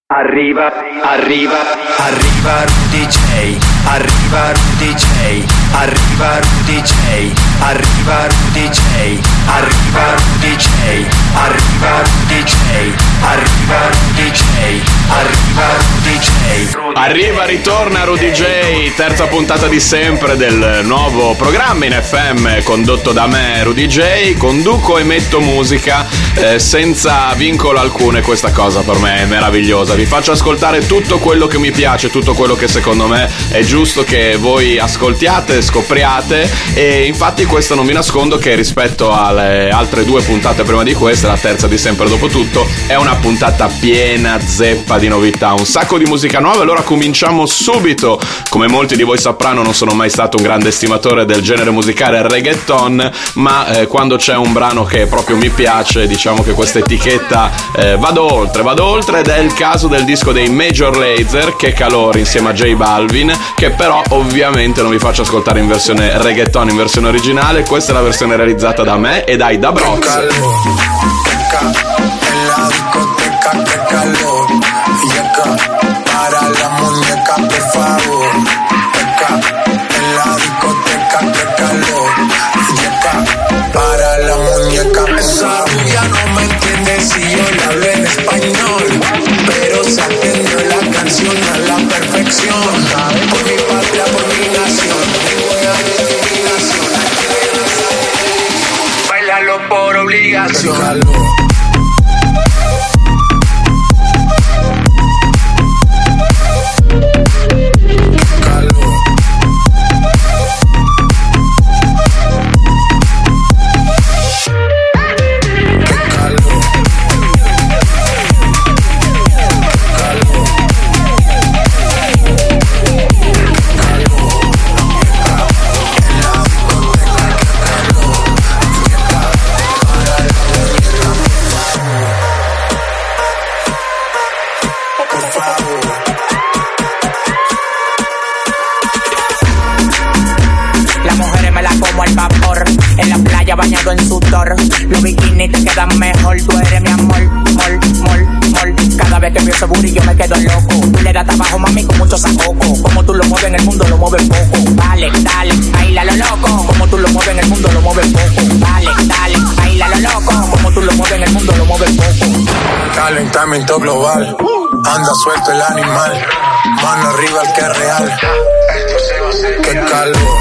Arriva Rudy J, arriva Rudy J, arriva Rudy J, arriva Rudy J, arriva Rudy J, arriva Rudy J, arriva Rudy J, arriva Rudy J. Arriva, ritorna Rudy J, terza puntata di sempre del nuovo programma in FM condotto da me, Rudy J. Conduco e metto musica senza vincolo alcuno, e questa cosa per me è meravigliosa. Vi faccio ascoltare tutto quello che mi piace, tutto quello che secondo me è giusto che voi ascoltiate, scopriate, e infatti questo non vi nascondo che rispetto alle altre due puntate prima di questa, la terza di sempre dopo tutto, è una puntata piena zeppa di novità, un sacco di musica nuova. Allora cominciamo subito. Come molti di voi sapranno, non sono mai stato un grande estimatore del genere musicale reggaeton, ma quando c'è un brano che proprio mi piace, diciamo che questa etichetta vado oltre, ed è il caso del disco dei Major Lazer, Che Calore, insieme a J Balvin, che però ovviamente non vi faccio ascoltare in versione reggaeton, in versione originale. Questa è la versione realizzata da me e dai Da Broz. Para la muñeca, por favor. En la discoteca, qué calor. Para la muñeca, esa rubia no me entiende si yo le hablo en español, pero se atendió la canción a la perfección. Por mi patria, por mi nación, ninguna discriminación. Bailalo por obligación. Bañado en sudor, los bikinis te quedan mejor. Tú eres mi amor, mol. Cada vez que veo ese booty yo me quedo loco. Tú le das abajo, mami, con mucho sacoco. Como tú lo mueves en el mundo, lo mueves poco. Dale, baila lo loco. Como tú lo mueves en el mundo, lo mueves poco. Dale, baila lo loco. Como tú lo mueves en el mundo, lo mueves poco. Calentamiento global, anda suelto el animal. Mano arriba el que es real. Qué calor.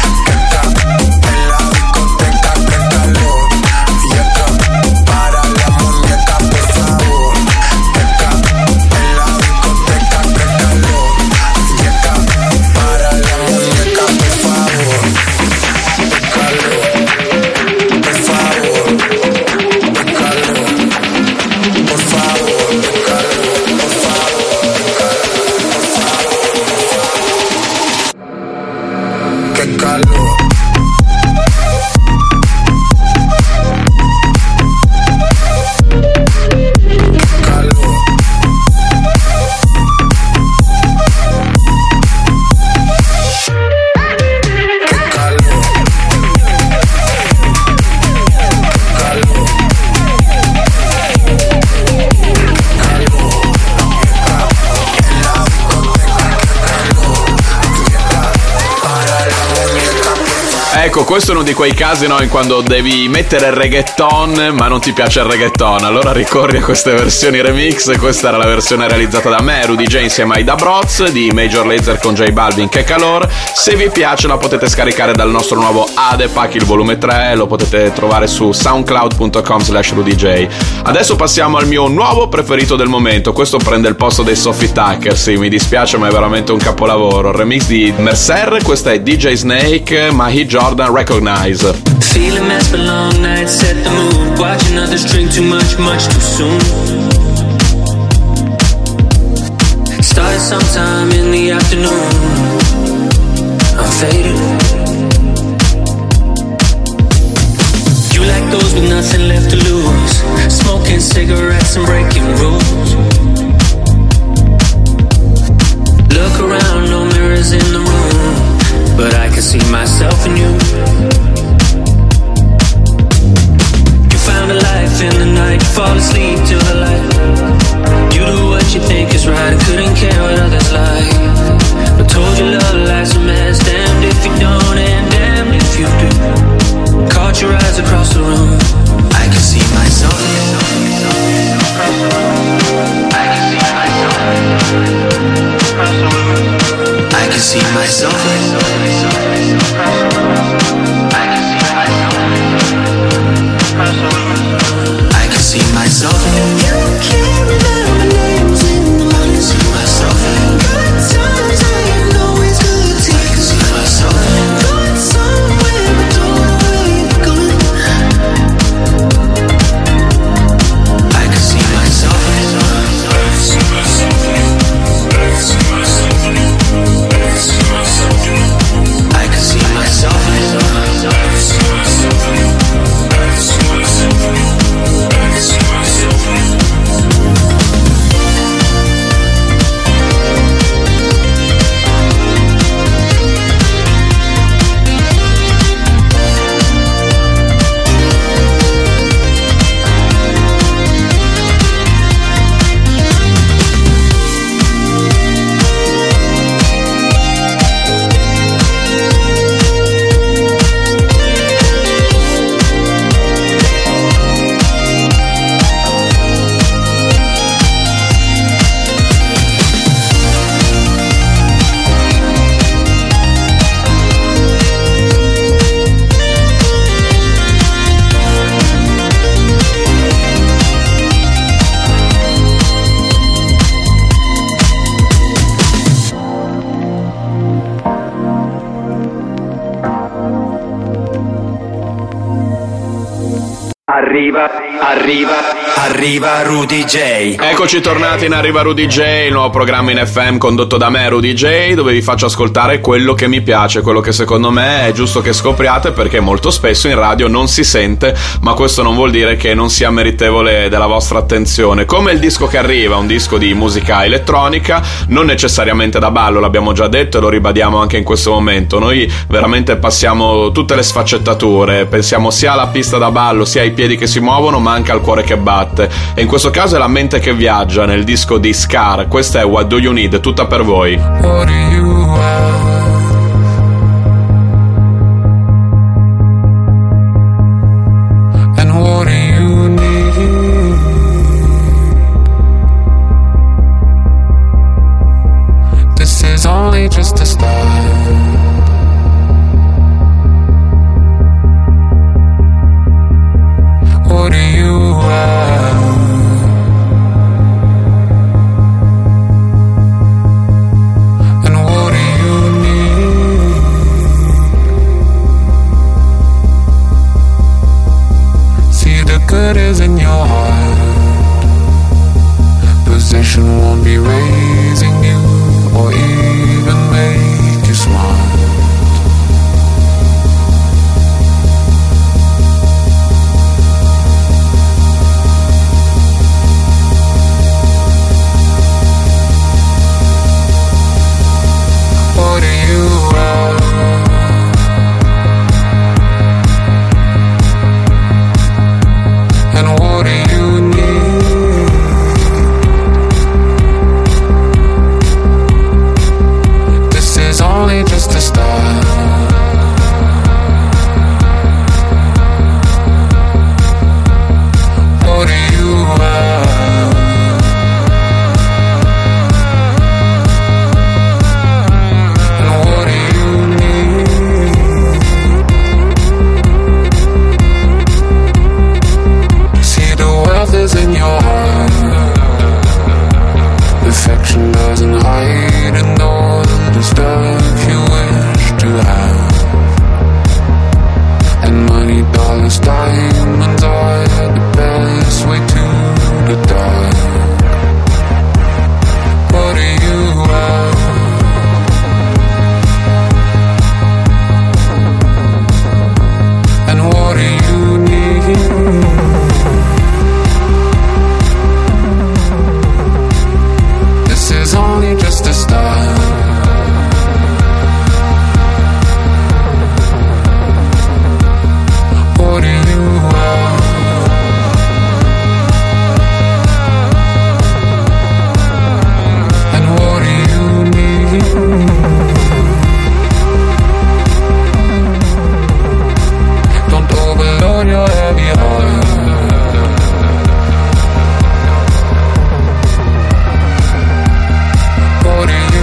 Ecco, questo è uno di quei casi, no, in quando devi mettere il reggaeton ma non ti piace il reggaeton, allora ricorri a queste versioni remix. Questa era la versione realizzata da me, Rudy J, insieme ai Da Broz, di Major Lazer con J Balvin, Che Calor. Se vi piace la potete scaricare dal nostro nuovo Adepack, il volume 3, lo potete trovare su soundcloud.com/RudyJ. Adesso passiamo al mio nuovo preferito del momento. Questo prende il posto dei Sophie Tucker, sì, mi dispiace ma è veramente un capolavoro. Il remix di Mercer, questa è DJ Snake, Mahi Jordan, Recognize. Feeling mess for long nights, set the mood. Watching others drink too much too soon. Started sometime in the afternoon. I'm faded. You like those with nothing left to lose, smoking cigarettes and breaking rules. Look around, no mirrors in the room, but I can see myself in you. You found a life in the night, fall asleep till the light. You do what you think is see myself. I can see myself. You can't remember names in the morning. See myself. Good times ain't always good times. I can see myself. Going somewhere but don't know where you're going. I can see myself. I can see myself. I can see myself. I can see myself. Arriva Rudy J. Eccoci tornati in Arriva Rudy J, il nuovo programma in FM condotto da me, Rudy J, dove vi faccio ascoltare quello che mi piace, quello che secondo me è giusto che scopriate, perché molto spesso in radio non si sente, ma questo non vuol dire che non sia meritevole della vostra attenzione. Come il disco che arriva, un disco di musica elettronica, non necessariamente da ballo, l'abbiamo già detto e lo ribadiamo anche in questo momento. Noi veramente passiamo tutte le sfaccettature, pensiamo sia alla pista da ballo, sia ai piedi che si muovono, ma anche al cuore che batte, e in questo caso è la mente che viaggia nel disco di Scar. Questa è What Do You Need, tutta per voi. What do you have? And what do you need? This is only just a start. What do you have? And what do you need? See, the good is in your heart. Possession won't be raising you or even make you smart. What do you have? And what do you need? This is only just a start. What do you have? And what do you need? See, the wealth is in your heart. Affection doesn't hide in all the stuff you wish to have. And money, dollars, diamonds are the best way to the dark. What do you have? And what do you need? This is only just a start. What do you have? And what do you need? Don't overload your heavy heart. What do you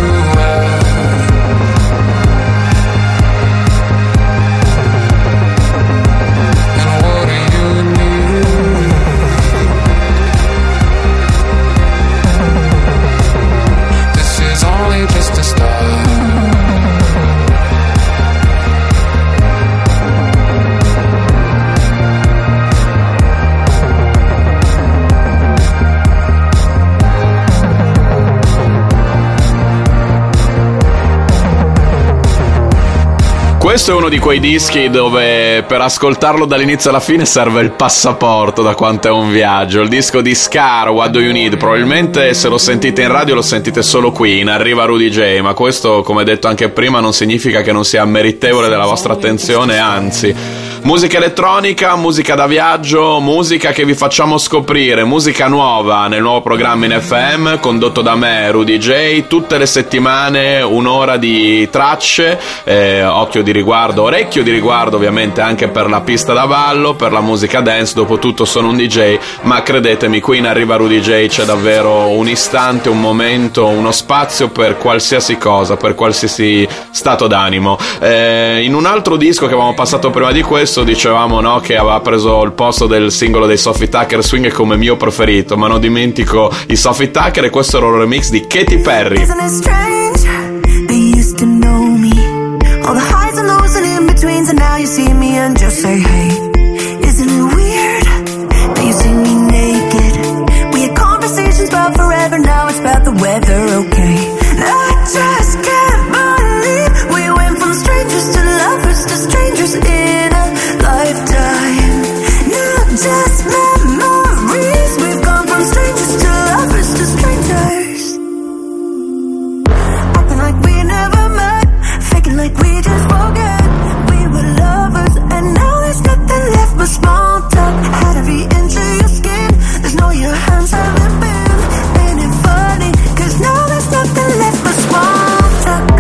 Questo è uno di quei dischi dove per ascoltarlo dall'inizio alla fine serve il passaporto, da quanto è un viaggio. Il disco di Scar, What Do You Need? Probabilmente se lo sentite in radio lo sentite solo qui, in Arriva Rudy J, ma questo, come detto anche prima, non significa che non sia meritevole della vostra attenzione, anzi. Musica elettronica, musica da viaggio, musica che vi facciamo scoprire, musica nuova nel nuovo programma in FM condotto da me, Rudy J, tutte le settimane un'ora di tracce, occhio di riguardo, orecchio di riguardo ovviamente anche per la pista da ballo, per la musica dance. Dopo tutto sono un DJ, ma credetemi, qui in Arriva Rudy J c'è davvero un istante, un momento, uno spazio per qualsiasi cosa, per qualsiasi stato d'animo. In un altro disco che avevamo passato prima di questo dicevamo, no, che aveva preso il posto del singolo dei Sophie Tucker, Swing, come mio preferito, ma non dimentico i Sophie Tucker, e questo era un remix di Katy Perry. Isn't it strange? They used to know me, all the highs and lows and in betweens, and now you see me and just say hey. Isn't it weird that you see me naked? We had conversations about forever, now it's about the weather, okay? And I just can't believe we went from strangers to lovers to strangers in a lifetime. Not just memories, we've gone from strangers to lovers to strangers. Acting like we never met, faking like we just forget. We were lovers and now there's nothing left but small talk. Had every inch of your skin, there's no your hands haven't been. Ain't it funny, cause now there's nothing left but small talk.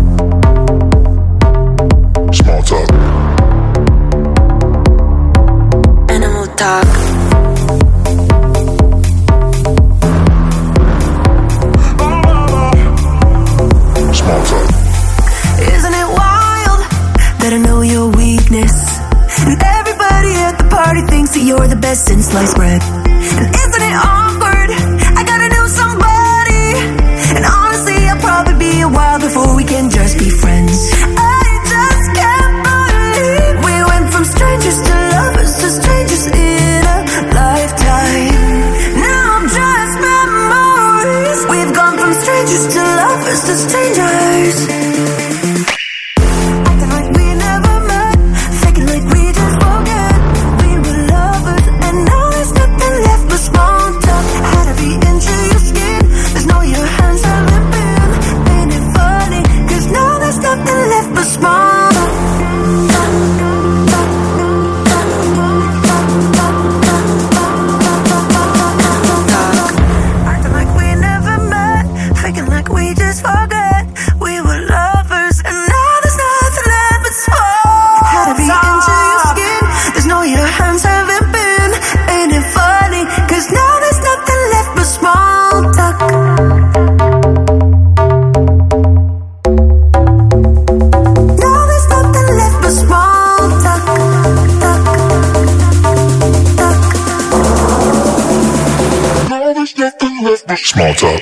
Small talk. Animal talk. Small talk. Isn't it wild that I know your weakness? And everybody at the party thinks that you're the best in sliced bread. And isn't it awkward? I gotta know somebody. And honestly, I'll probably be a while before we can just be friends. I just can't believe we went from strangers to lovers to strangers in a lifetime. Now just memories. We've gone from strangers to lovers to strangers. Acting like we never met, faking like we just forget. We were lovers and now there's nothing left but small talk. Had every inch of your skin, there's no your hands haven't been. Ain't it funny, cause now there's nothing left but small talk. Acting like we never met, faking like we just forget. We were lovers and now there's nothing left but small. Had every inch of your skin, there's no your hands haven't been. Ain't it funny, cause now there's nothing left but small talk. Now there's nothing left but small talk. Talk. Now there's nothing left but small talk.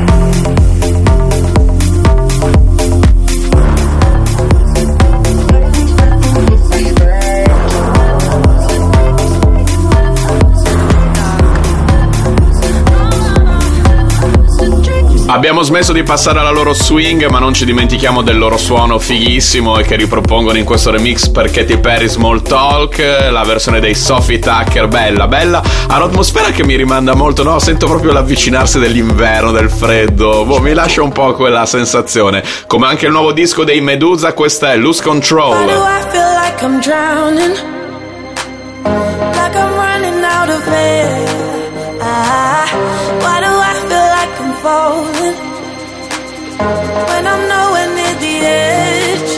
Abbiamo smesso di passare alla loro swing, ma non ci dimentichiamo del loro suono fighissimo e che ripropongono in questo remix per Katy Perry, Small Talk, la versione dei Sophie Tucker, bella, bella, ha un'atmosfera che mi rimanda molto, no? Sento proprio l'avvicinarsi dell'inverno, del freddo, mi lascia un po' quella sensazione, come anche il nuovo disco dei Medusa, questa è Lose Control. Why do I feel like I'm drowning? Like I'm running out of air. Why do I feel like I'm falling when I'm nowhere near the edge?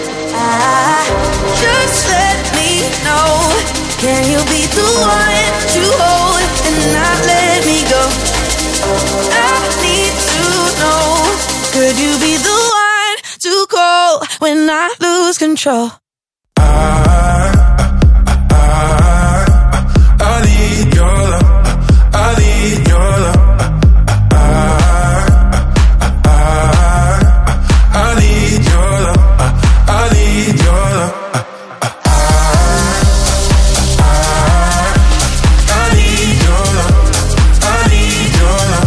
Just let me know. Can you be the one to hold and not let me go? I need to know. Could you be the one to call when I lose control? I need your love. I need your love. I need your love. I need your love. I need your love. I need your love.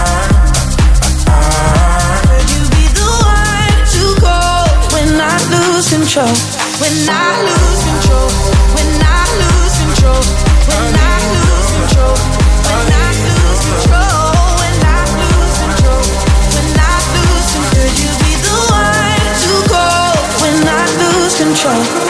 Could you be the one to call when I lose control. When I lose control. When I lose control. When I lose control. When I lose control. When I lose control. When I lose control. Could you be the one to go? When I lose control.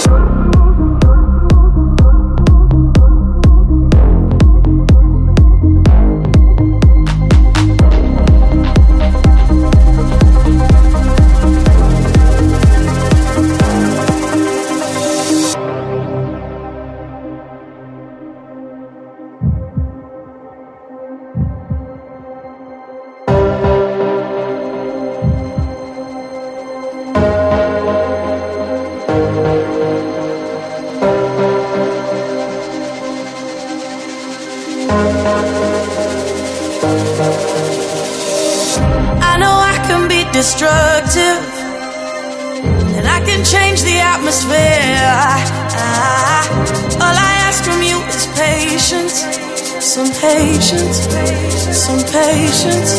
Destructive, and I can change the atmosphere. All I ask from you is patience, some patience, some patience.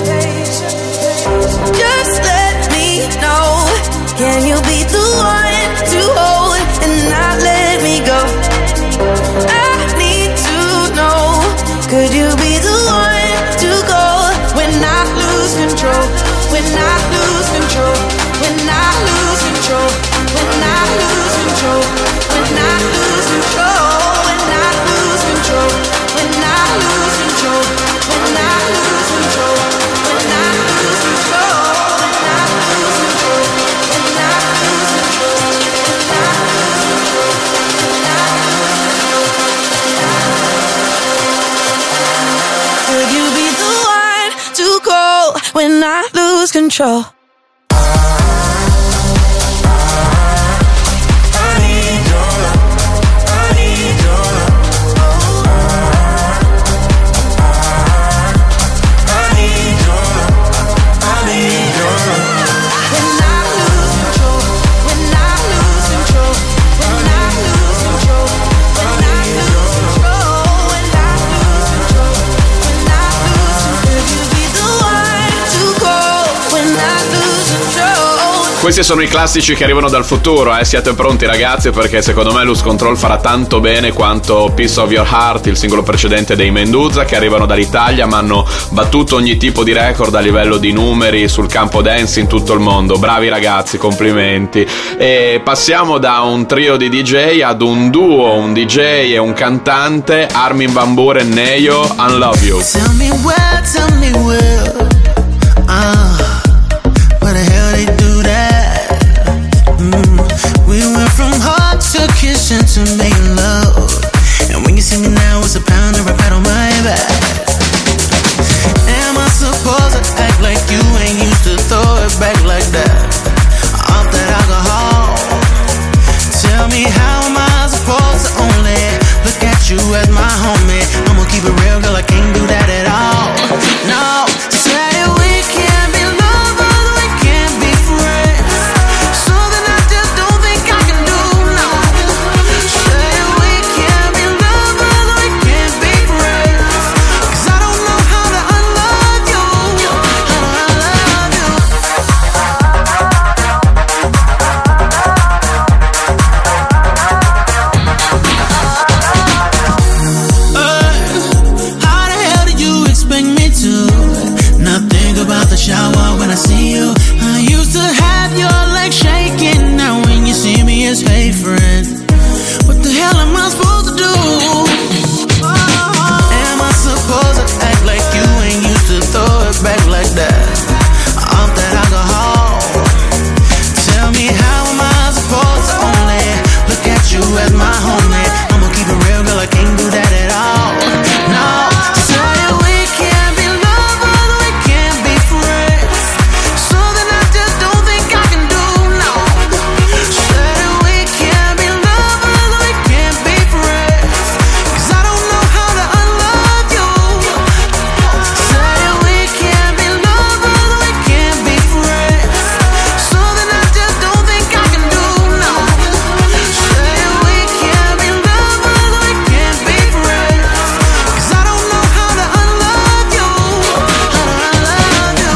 Just let me know, can you be the one to hold and not let me go? I need to know, could you be the one to go when I lose control? When I lose control, when I lose control, when I lose control, when I lose control, when I lose control, when I lose control, when I lose control, when I lose control, when I lose control, when I lose control, when I lose control, when I lose control. Could you be the one to go when I lose control? Questi sono i classici che arrivano dal futuro, siate pronti ragazzi, perché secondo me Lose Control farà tanto bene quanto Piece of Your Heart, il singolo precedente dei Mendoza, che arrivano dall'Italia ma hanno battuto ogni tipo di record a livello di numeri sul campo dance in tutto il mondo. Bravi ragazzi, complimenti. E passiamo da un trio di DJ ad un duo, un DJ e un cantante, Armin van Buuren, Neyo, Unlove You. Tell me where, where the hell they do that? We went from heart to kissing to making love, and when you see me now, it's a pound or a pat on my back. Am I supposed to act like you ain't used to throw it back like that? Off that alcohol. Tell me how am I supposed to only look at you as my homie? I'ma keep it real, girl, I can't do that at all. No, so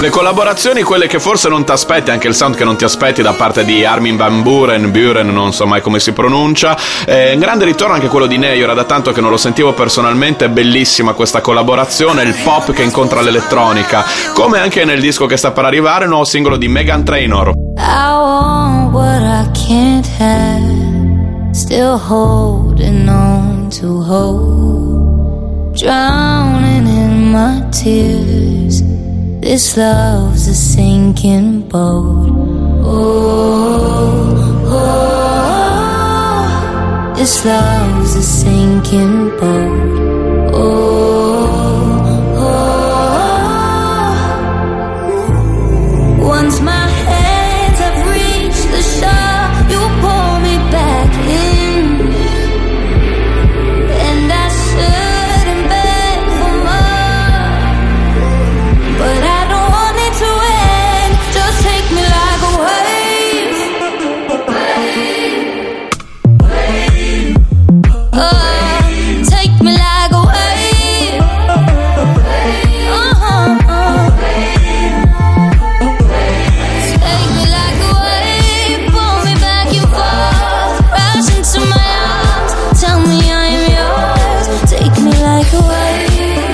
Le collaborazioni, quelle che forse non ti aspetti, anche il sound che non ti aspetti da parte di Armin van Buuren, non so mai come si pronuncia. Un grande ritorno anche quello di Neo, era da tanto che non lo sentivo personalmente, è bellissima questa collaborazione, il pop che incontra l'elettronica, come anche nel disco che sta per arrivare, il nuovo singolo di Meghan Trainor. I want what I can't have, still holding on to hope, drowning in my tears. This love's a sinking boat. Oh, oh, this love's a sinking boat. Oh, oh, once my hands have reached the shore, you pull me back in, and I shouldn't beg for more, but I don't want it to end. Just take me like a wave, take me like a wave, take me like a wave, pull me back and forth, rush into my arms, tell me I am yours, take me like a wave.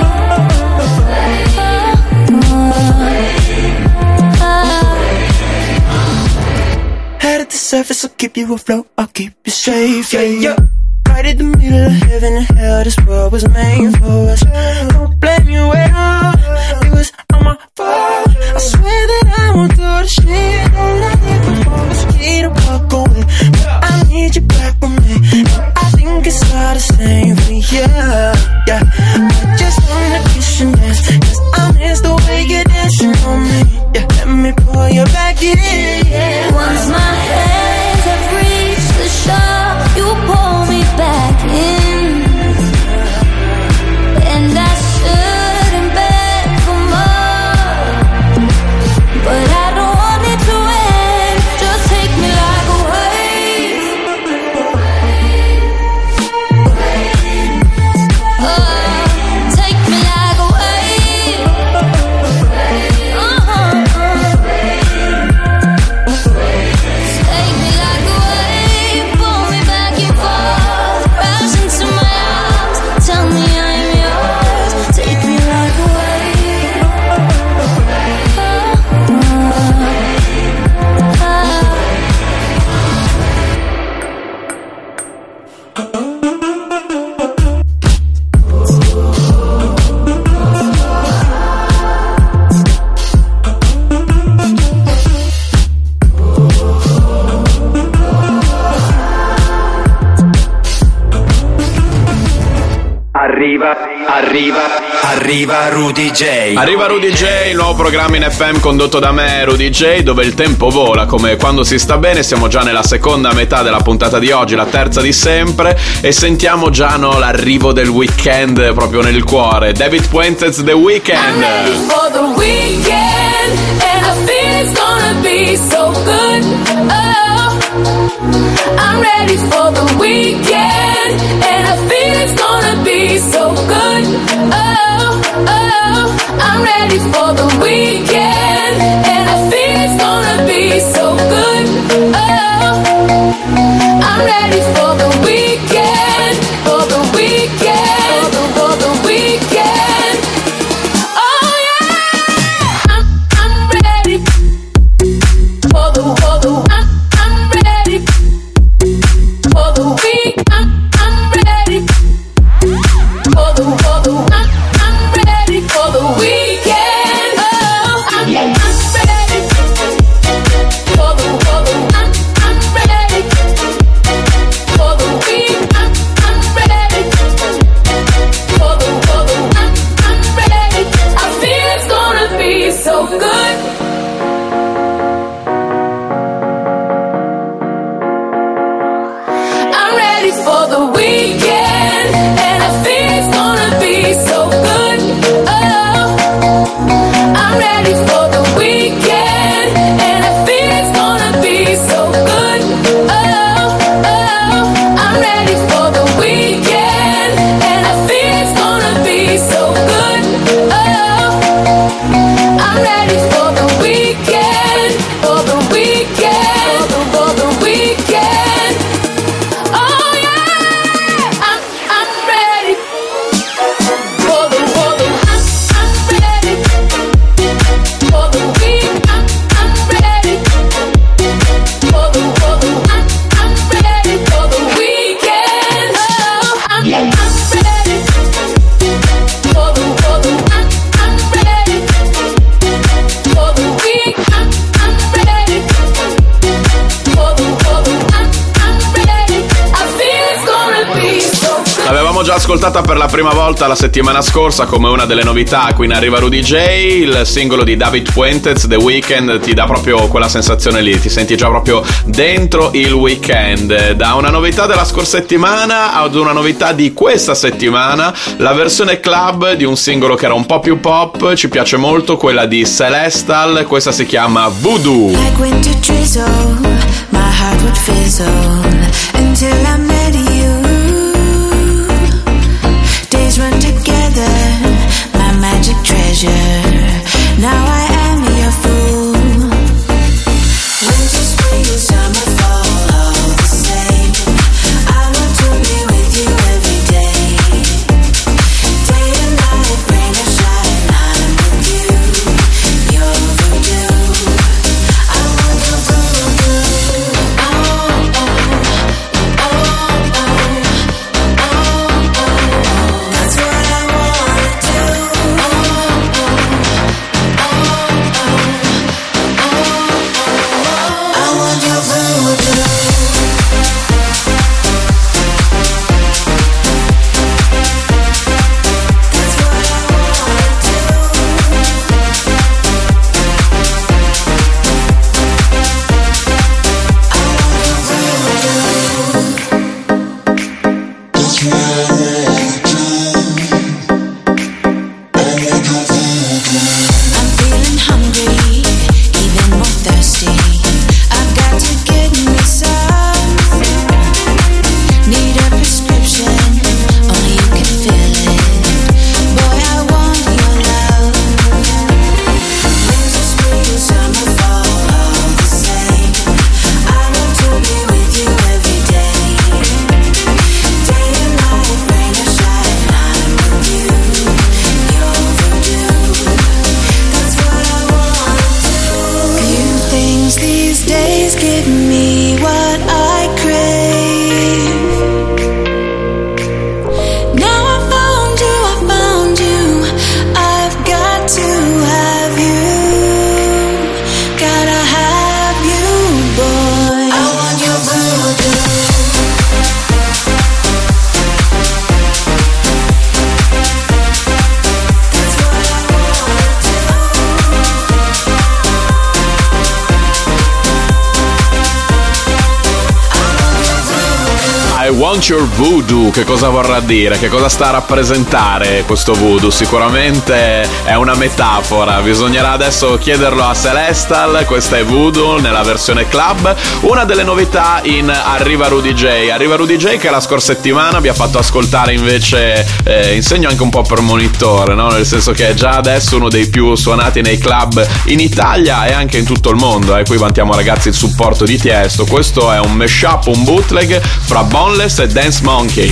Head at the surface, I'll keep you afloat, I'll keep you safe, yeah, yeah. Right in the middle of heaven and hell, this world was made for us. Don't blame you at all, it was all my fault. I swear that I won't do the shit that I did before. It's free to walk away, but I need you back with me. I think it's all the same for you, yeah. I just wanna kiss and dance, 'cause I miss the way you're dancing on me, yeah. Let me pull you back in, yeah. Once my hands have reached the shore, you pull me back in, and I shouldn't beg for more, but I don't want it to end. Just take me like a wave, take me like a wave, take me like a wave, pull me back and forth, rush into my arms, tell me I am yours, take me like a wave. Arriva Rudy J. Arriva Rudy J, il nuovo programma in FM condotto da me, Rudy J, dove il tempo vola come quando si sta bene. Siamo già nella seconda metà della puntata di oggi, la terza di sempre, e sentiamo già l'arrivo del weekend proprio nel cuore. David Puentes, The Weeknd. I'm ready for the weekend, and I feel it's gonna be so good. Oh, I'm ready for the weekend, and I feel it's gonna be so good. Oh, oh, I'm ready for the weekend, and I feel it's gonna be so good. Oh, I'm ready for the weekend, for the weekend, for the weekend. Oh yeah, I'm ready for the I'm ready for the week. I'm ready for the I'm ready for the weekend. Oh, I'm ready for the I'm ready for the week. I'm ready for the I'm ready. I feel it's gonna be so good. I'm ready for the weekend, and I feel it's gonna be so good. Oh, I'm ready for the weekend, and I feel it's gonna be so good. Oh, oh, I'm ready for the weekend, and I feel it's gonna be so good. Oh, I'm ready for ascoltata per la prima volta la settimana scorsa come una delle novità qui in Arriva Rudy J. Il singolo di David Fuentes, The Weeknd, ti dà proprio quella sensazione lì, ti senti già proprio dentro il weekend. Da una novità della scorsa settimana ad una novità di questa settimana, la versione club di un singolo che era un po' più pop. Ci piace molto quella di Celestal, questa si chiama Voodoo. Like winter drizzle, my heart would fizzle until I met you. Days run together, my magic treasure. Now I am your fool. Winter, spring, summer, fall, all the same. I want to be with you every day. Day and night, rain or shine, I'm with you. You're voodoo. I want your voodoo. That's what I wanna do. I want your voodoo. That's what I wanna I'm feeling hungry, even more thirsty. I've got to get me some. Need a prescription, only you can fill it. Boy, I want your love. Winter, spring, summer, fall, all the same. I want to be with you every day. Day and night, rain or shine, I'm with you. You're voodoo. That's what I want to do. Few things these days give me what I crave. Now I found you, I've got to have you. Gotta have you, boy. I want your voodoo. That's what I wanna I want your voodoo, che cosa vorrà dire? Che cosa sta a rappresentare questo voodoo? Sicuramente è una metafora, bisognerà adesso chiederlo a Celestal. Questa è Voodoo nella versione club, una delle novità in Arriva Rudy J. Arriva Rudy J che la scorsa settimana vi ha fatto ascoltare invece insegno anche un po' per monitore, no? Nel senso che è già adesso uno dei più suonati nei club in Italia e anche in tutto il mondo. Qui vantiamo ragazzi il supporto di Tiesto. Questo è un mashup, un bootleg fra Boneless e Dance Monkey.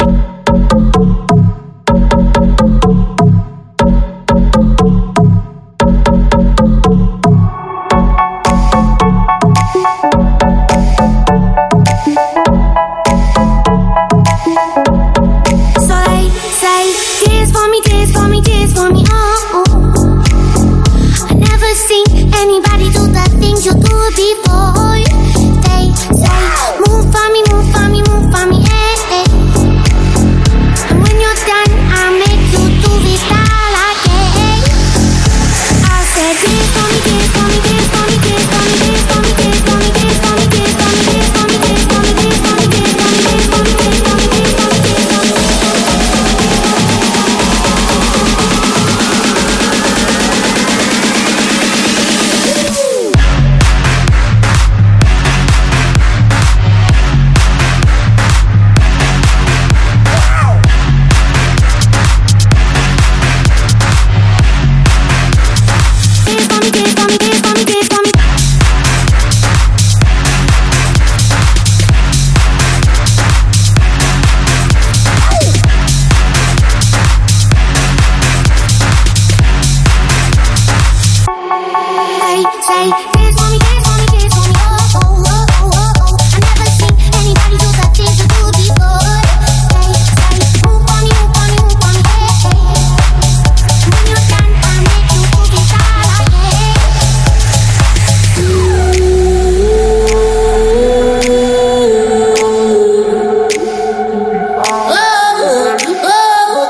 So they say, dance for me, dance for me, dance for me, oh, oh. I never seen anybody do the things you do before. They say, move for me, move for me, move for me, eh, eh. And when you're done, I'll make you do this style again. I said, dance for me, dance for me, dance for me, dance for me, dance for me, dance for me, dance for me, dance for me, dance for me, dance for me, dance for me, dance for me, dance for me, dance for me, dance for me, dance for me, dance for me. Say, dance for me, dance for me, dance for me, oh, oh, oh, oh, oh, oh. I never seen anybody do the things you do before. Say, move for me, move for me, move for me, eh, eh. When you're done, I'll make you do this style again.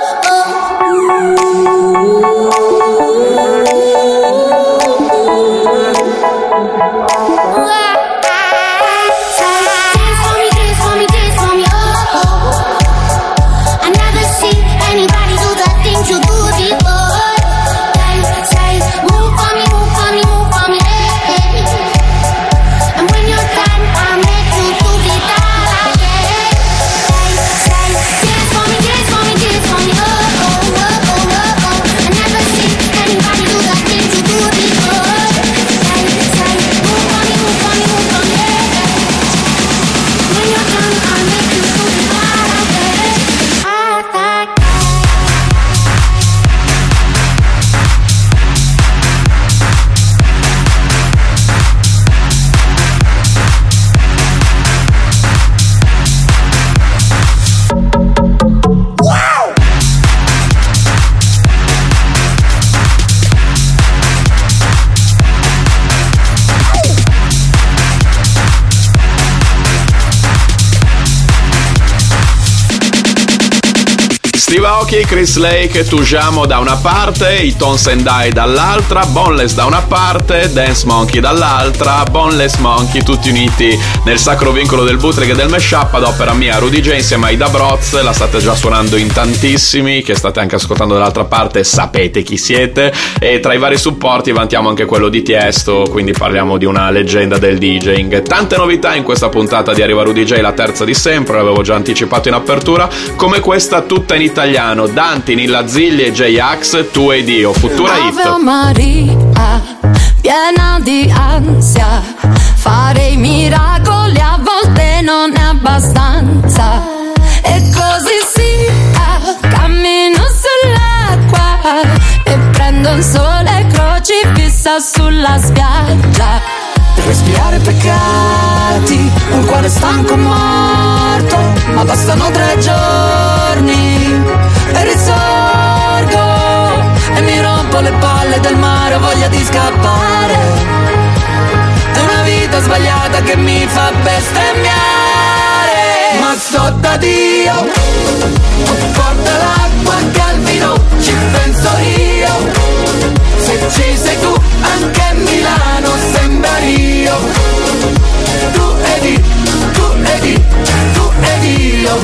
Steve Aoki, Chris Lake, Tujamo da una parte, i Tones and I dall'altra, Boneless da una parte, Dance Monkey dall'altra, Boneless Monkey, tutti uniti nel sacro vincolo del bootleg e del mashup ad opera mia, Rudy J insieme ai Da Broz. La state già suonando in tantissimi, che state anche ascoltando dall'altra parte, sapete chi siete, e tra i vari supporti vantiamo anche quello di Tiesto, quindi parliamo di una leggenda del DJing. Tante novità in questa puntata di Arriva Rudy J, la terza di sempre, l'avevo già anticipato in apertura, come questa tutta in italiano, Danti, Nilla Zilli e J-Ax, Tu e Dio, futura hit. Ave Maria, piena di ansia, fare i miracoli a volte non è abbastanza, e così sia, cammino sull'acqua e prendo un sole crocifissa sulla spiaggia. Per espiare peccati, un cuore stanco morto, ma bastano 3 giorni e risorgo e mi rompo le palle del mare, ho voglia di scappare. È una vita sbagliata che mi fa bestemmiare, ma sto da Dio, porta l'acqua che al vino ci penso io. Se ci sei tu anche a Milano sembra io. Tu ed io, tu ed io, tu ed io,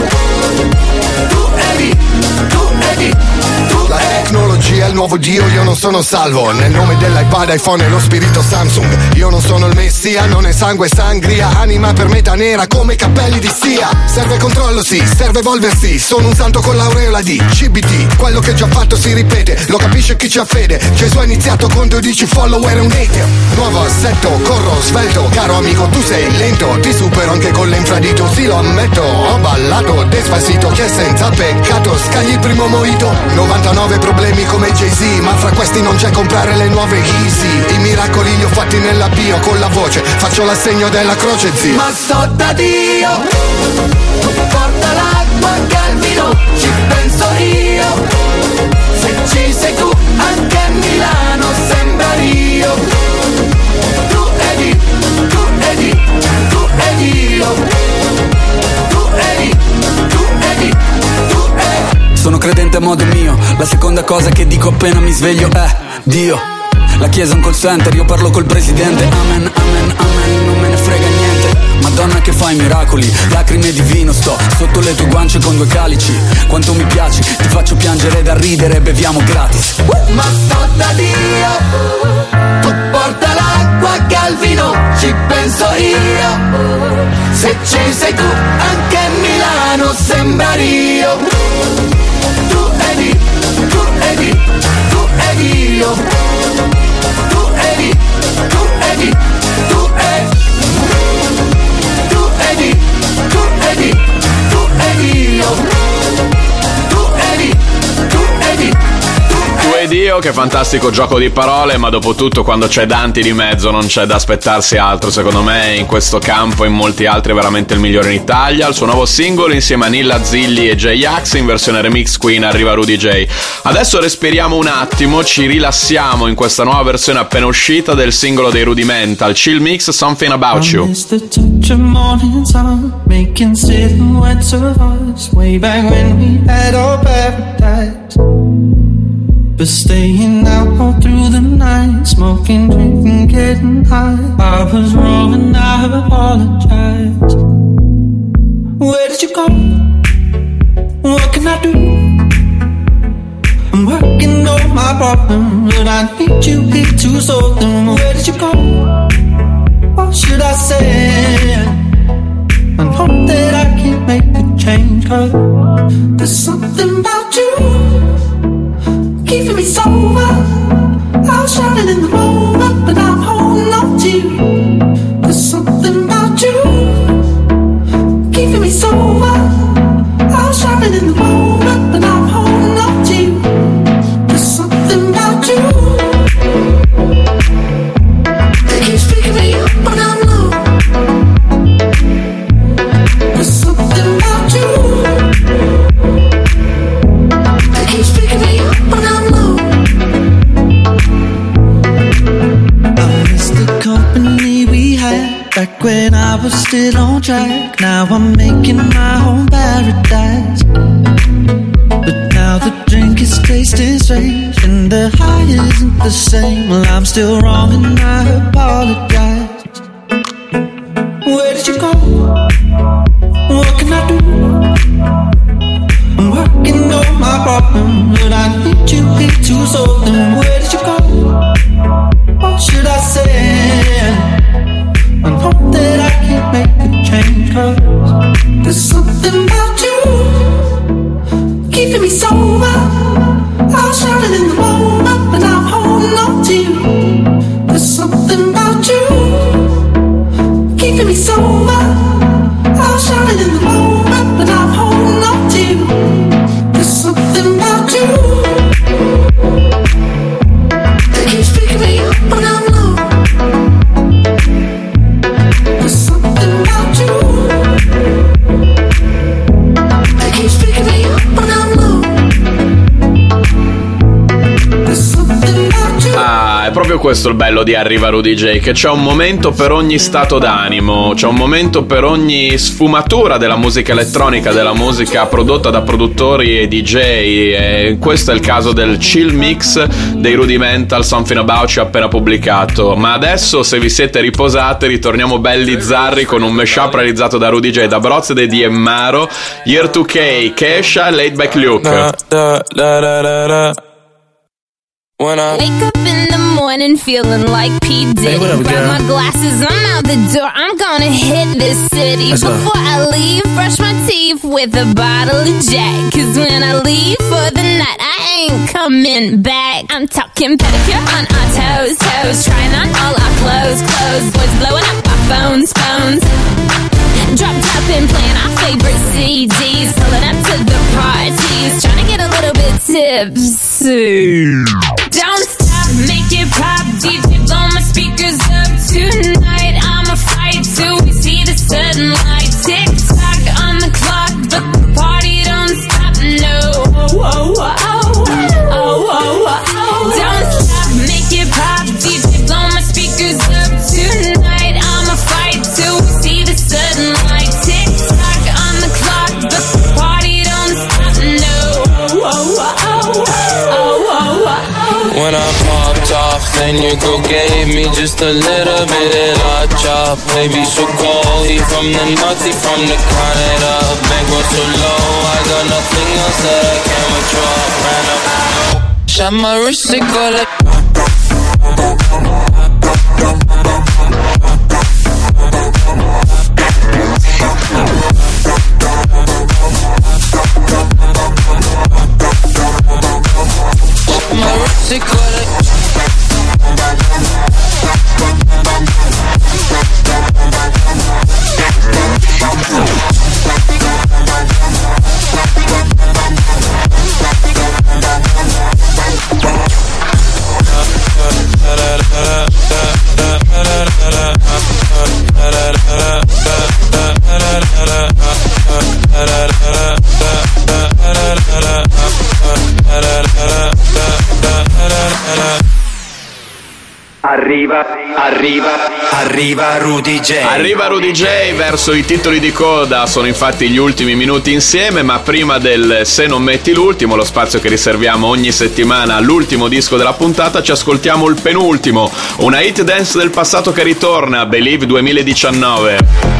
tu ed io, tu ed io, tu. La tecnologia è il nuovo Dio, io non sono salvo. Nel nome dell'iPad, iPhone e lo spirito Samsung. Io non sono il messia, non è sangue e sangria. Anima per metà nera come i cappelli di Sia. Serve controllo sì, serve evolversi. Sono un santo con l'aureola di CBD. Quello che già fatto si ripete, lo capisce chi c'ha fede. Gesù ha iniziato con 12 follower e un hater. Nuovo assetto, corro svelto. Caro amico tu sei lento, ti supero anche con l'infradito. Sì lo ammetto, ho ballato Despacito, che senza peccato scagli il primo mojito. 99 problemi come Jay-Z, ma fra questi non c'è comprare le nuove Easy. I miracoli li ho fatti nella bio, con la voce faccio l'assegno della croce zio. Ma sto da Dio, porta l'acqua che al vino ci penso io. Se ci sei tu anche a Milano sembra io. Tu ed io, tu ed io, tu ed io, tu ed io, tu ed io, tu ed. Sono credente a modo mio, la seconda cosa che dico appena mi sveglio è Dio. La chiesa è un call center, io parlo col presidente. Amen, amen, amen, non me ne frega niente. Madonna che fai miracoli, lacrime di vino, sto sotto le tue guance con 2 calici. Quanto mi piaci, ti faccio piangere da ridere, beviamo gratis. Ma sto da Dio, tu porta l'acqua che al vino ci penso io. Se ci sei tu anche a Milano sembra io. Tu ed io, tu ed io, tu ed io. Tu ed io, tu ed io, tu ed io. Tu ed io, tu ed io, tu ed io. Tu ed io, tu ed io. Tu ed io, che fantastico gioco di parole, ma dopo tutto quando c'è Danti di mezzo non c'è da aspettarsi altro. Secondo me in questo campo e in molti altri è veramente il migliore in Italia. Il suo nuovo singolo insieme a Nilla Zilli e J-Ax in versione remix qui in Arriva Rudy J. Adesso respiriamo un attimo, ci rilassiamo in questa nuova versione appena uscita del singolo dei Rudimental, Chill Mix, Something About You. But staying out all through the night, smoking, drinking, getting high. I was wrong and I apologize. Where did you go? What can I do? I'm working on my problem, but I need you here to solve them. Where did you go? What should I say? I hope that I can make a change, 'cause there's something about you keeping me sober. I was shining in the moment, but I'm holding on to you. There's something about you keeping me sober. I was shining in the moment, but I'm holding on to you. There's something about you that keeps picking me up when I'm low. There's something about you that keeps picking me up when I'm low. I miss the company we had back when I was still on track. Now I'm making my own paradise, but now it's tasting strange, and the high isn't the same. Well, I'm still wrong and I apologize. Where did you go? What can I do? I'm working on my problem, but I need you here to solve them. Where did you go? What should I say? I know that I can't make a change, 'cause there's something about you keeping me sober. I was shouting in the moment, but I'm holding on to you. There's something about you keeping me sober. I was shouting in the moment, but I'm holding on to you. There's something about you that keeps picking me up when I'm low. There's something about you that keeps picking me up when I'm low. There's something about you. Ah, è proprio questo il bello di Arriva Rudy J, che c'è un momento per ogni stato d'animo, c'è un momento per ogni sfumatura della musica elettronica, della musica prodotta da produttori e DJ, e questo è il caso del chill mix dei Rudimental, Something About You, appena pubblicato. Ma adesso, se vi siete riposati, ritorniamo belli zarri con un mashup realizzato da Rudy J, da Brozze di Emmaro, Year 2K, Kesha e Laid Back Luke. When I wake up in the morning feeling like P. Diddy, Hey, what up, grab girl? my glasses, I'm out the door, I'm gonna hit this city. Let's go. Before I leave, brush my teeth with a bottle of Jack, 'cause when I leave for the night, I ain't coming back. I'm talking pedicure on our toes, toes, trying on all our clothes, boys blowing up our phones. Drop top and playing our favorite CDs, pulling up to the parties, trying to get a little bit tipsy. Don't stop, make it pop, DJ blow my speakers up tonight. I'ma fight till we see the sunlight. Tick tock on the clock, but the party don't stop. No, don't stop, make it pop, DJ blow my speakers up tonight. I'ma fight till we see the sunlight. Tick tock on the clock, but the party don't stop. No. When I popped off, then your girl gave me just a little bit of hot chop. Baby, so cold, he from the north, he from the Canada. Bankroll so low, I got nothing else that I can withdraw. Ran up, shot my wrist, they call it. My wrist, they call it. Arriva Rudy J. Arriva Rudy J verso i titoli di coda, sono infatti gli ultimi minuti insieme, ma prima del Se non metti l'ultimo, lo spazio che riserviamo ogni settimana all'ultimo disco della puntata, ci ascoltiamo il penultimo, una hit dance del passato che ritorna, Believe 2019.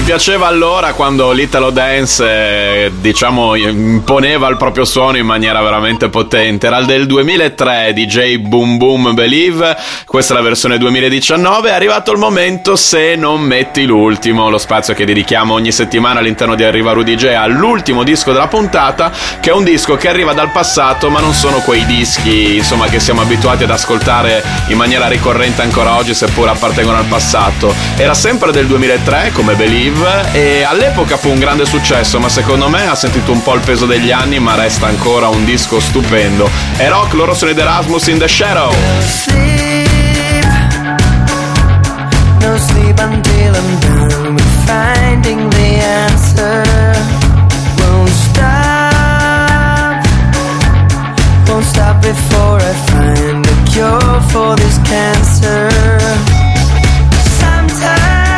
piaceva allora quando l'Italo Dance diciamo imponeva il proprio suono in maniera veramente potente. Era il del 2003, DJ Boom Boom Believe. Questa è la versione 2019. È arrivato il momento, se non metti l'ultimo, lo spazio che dedichiamo ogni settimana all'interno di Arriva Rudy J all'ultimo disco della puntata, che è un disco che arriva dal passato, ma non sono quei dischi insomma che siamo abituati ad ascoltare in maniera ricorrente ancora oggi, seppur appartengono al passato. Era sempre del 2003 come Believe e all'epoca fu un grande successo, ma secondo me ha sentito un po' il peso degli anni, ma resta ancora un disco stupendo. E rock, loro sono ed Erasmus in the Shadow. No sleep until I'm done with finding the answer. Won't stop before I find a cure for this cancer. Sometimes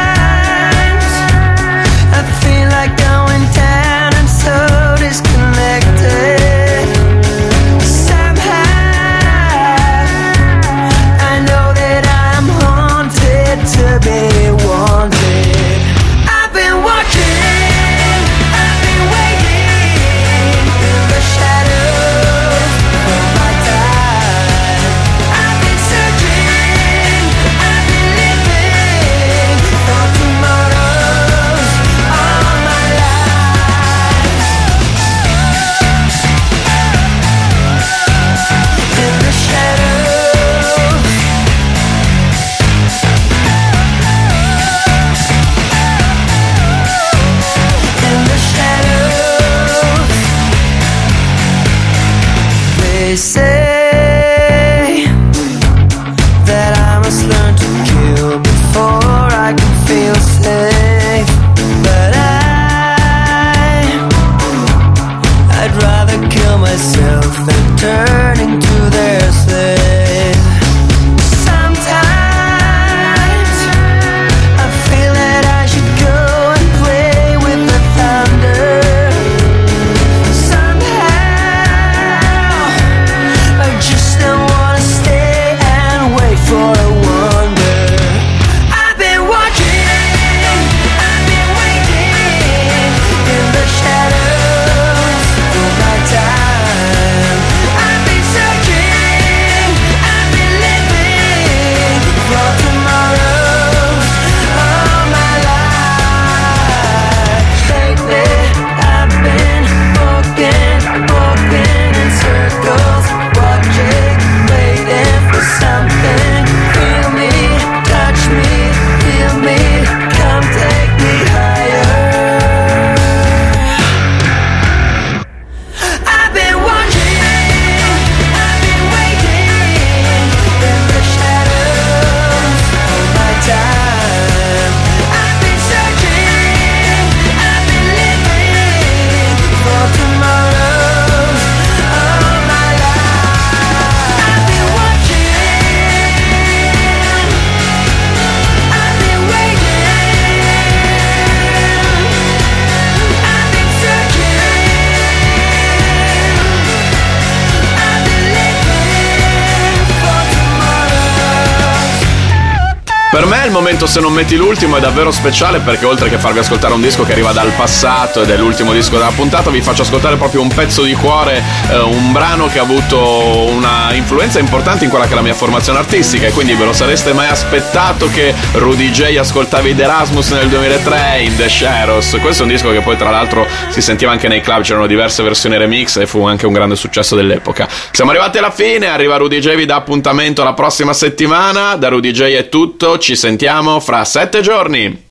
I feel like going down, I'm so disconnected. Somehow I know that I'm haunted to be wanted. I've been watching, I've been waiting in the shadows of my time. I've been searching, I've been living for tomorrows all my life. In the shadows, in the shadows, they say that I must learn to kill before I can feel safe. But I'd rather kill myself than turn into their slave. Sometimes I feel that I should go and play with the thunder. Somehow I just don't wanna stay and wait for a wonder. I've been watching, I've been waiting in the shadows for my time. I've been searching, I've been living for tomorrows all my life. Lately I've been walking in circles, watching, waiting for something. Feel me, touch me, heal me, come take me higher. I've been watching, I've been waiting in the shadows of my time. I've been searching, I've been living for tomorrows all my life. I've been watching, I've been waiting, I've been searching, I've been living for tomorrows. Per me il momento, se non metti l'ultimo, è davvero speciale, perché oltre che farvi ascoltare un disco che arriva dal passato ed è l'ultimo disco della puntata, vi faccio ascoltare proprio un pezzo di cuore, un brano che ha avuto una influenza importante in quella che è la mia formazione artistica, e quindi ve lo sareste mai aspettato che Rudy J ascoltavi ed Erasmus nel 2003 in The Shadows. Questo è un disco che poi tra l'altro si sentiva anche nei club, c'erano diverse versioni remix e fu anche un grande successo dell'epoca. Siamo arrivati alla fine, arriva Rudy J, vi dà appuntamento la prossima settimana. Da Rudy J è tutto, ci sentiamo fra 7 giorni.